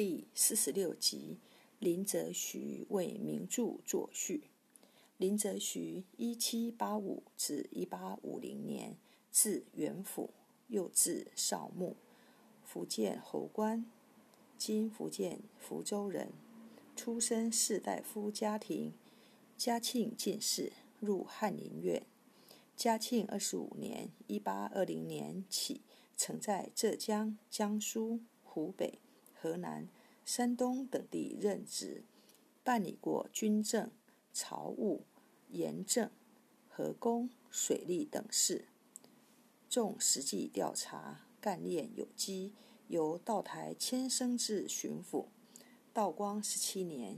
第46集，林则徐为名著作序。林则徐1785至1850年，字元辅，又字少牧，福建侯官，今福建福州人。出身士大夫家庭，嘉庆进士，入翰林院。嘉庆25年1820年起，曾在浙江、江苏、湖北、河南、山东等地任职，办理过军政、漕务、盐政、河工、水利等事。重实际调查，干练有机，由道台迁升至巡抚。道光17年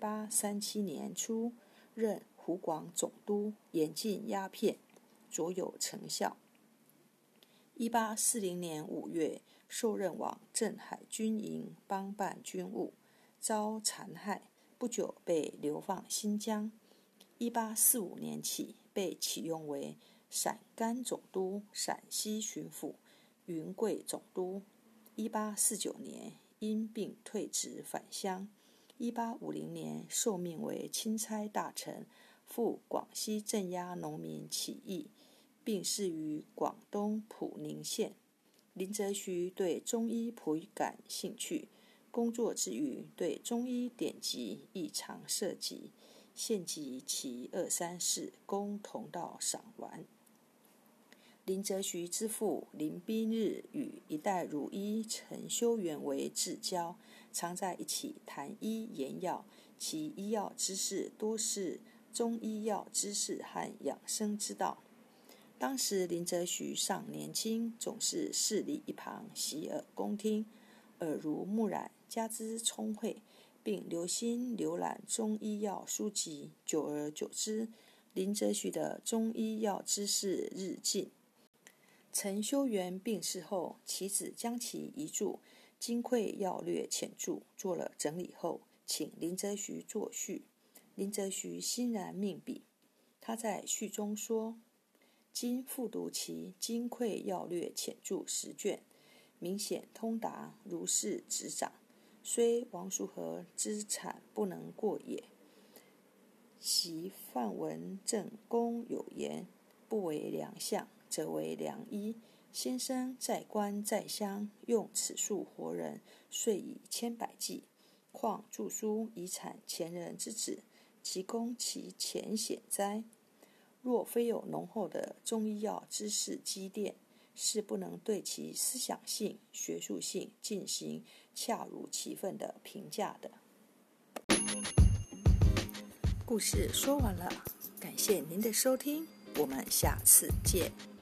1837年初，任湖广总督，严禁鸦片，卓有成效。1840年5月，受任往镇海军营帮办军务，遭残害，不久被流放新疆。1845年起，被启用为陕甘总督、陕西巡抚、云贵总督。1849年因病退职返乡。1850年受命为钦差大臣，赴广西镇压农民起义，病逝于广东普宁县。林则徐对中医颇感兴趣，工作之余对中医典籍异常涉及，现集其2、3事，供同道赏玩。林则徐之父林宾日与一代儒医陈修缘为至交，常在一起谈医研药，其医药知识多是中医药知识和养生之道。当时林则徐尚年轻，总是侍立一旁，洗耳恭听，耳濡目染，加之聪慧，并留心浏览中医药书籍，久而久之，林则徐的中医药知识日进。陈修缘病逝后，其子将其遗著《金匮要略浅注》做了整理后，请林则徐作序。林则徐欣然命笔。他在序中说：今复读其《金匮要略浅注》10卷，明显通达，如是执掌，虽王叔和之产不能过也。其范文正公有言，不为良相，则为良医。先生在官在乡，用此术活人，遂以千百计。况著书以产前人之旨，其功其浅显哉？若非有浓厚的中医药知识积淀，是不能对其思想性、学术性进行恰如其分的评价的。故事说完了，感谢您的收听，我们下次见。